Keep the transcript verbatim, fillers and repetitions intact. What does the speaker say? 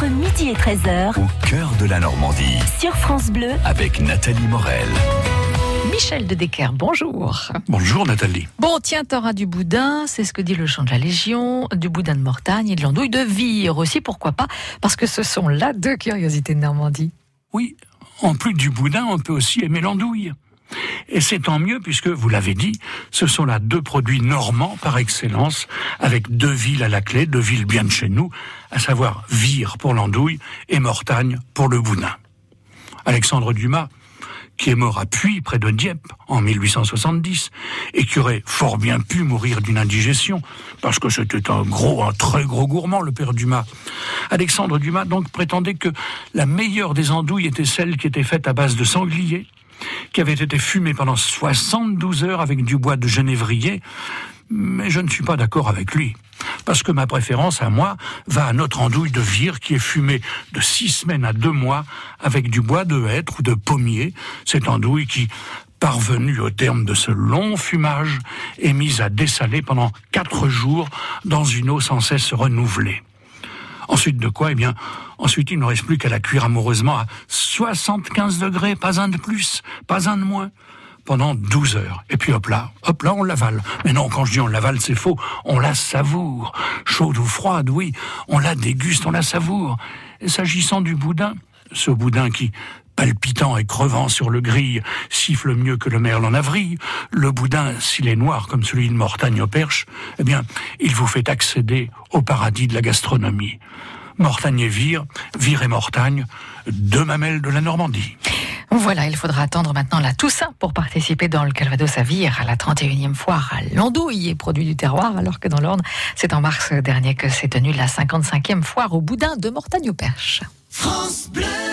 entre midi et treize heures, au cœur de la Normandie, sur France Bleu, avec Nathalie Morel. Michel de Decker, bonjour. Bonjour Nathalie. Bon, tiens, t'auras du boudin, c'est ce que dit le chant de la Légion, du boudin de Mortagne et de l'andouille de Vire aussi, pourquoi pas, parce que ce sont là deux curiosités de Normandie. Oui, en plus du boudin, on peut aussi aimer l'andouille. Et c'est tant mieux puisque, vous l'avez dit, ce sont là deux produits normands par excellence, avec deux villes à la clé, deux villes bien de chez nous, à savoir Vire pour l'andouille et Mortagne pour le boudin. Alexandre Dumas, qui est mort à Puy, près de Dieppe, en mille huit cent soixante-dix, et qui aurait fort bien pu mourir d'une indigestion, parce que c'était un gros, un très gros gourmand, le père Dumas. Alexandre Dumas, donc, prétendait que la meilleure des andouilles était celle qui était faite à base de sanglier, qui avait été fumée pendant soixante-douze heures avec du bois de genévrier, mais je ne suis pas d'accord avec lui. Parce que ma préférence, à moi, va à notre andouille de Vire qui est fumée de six semaines à deux mois avec du bois de hêtre ou de pommier. Cette andouille qui, parvenue au terme de ce long fumage, est mise à dessaler pendant quatre jours dans une eau sans cesse renouvelée. Ensuite de quoi, eh bien, ensuite il ne reste plus qu'à la cuire amoureusement à soixante-quinze degrés, pas un de plus, pas un de moins, pendant douze heures. Et puis hop là, hop là, on l'avale. Mais non, quand je dis on l'avale, c'est faux. On la savoure. Chaude ou froide, oui. On la déguste, on la savoure. Et s'agissant du boudin, ce boudin qui, palpitant et crevant sur le grille, siffle mieux que le merle en avril, le boudin, s'il est noir comme celui de Mortagne au Perche, eh bien, il vous fait accéder au paradis de la gastronomie. Mortagne et Vire, Vire et Mortagne, deux mamelles de la Normandie. Voilà, il faudra attendre maintenant la Toussaint pour participer dans le Calvados à Vire à la trente et unième foire à l'andouille et produits du terroir, alors que dans l'Orne, c'est en mars dernier que s'est tenue la cinquante-cinquième foire au boudin de Mortagne au Perche. France Bleu.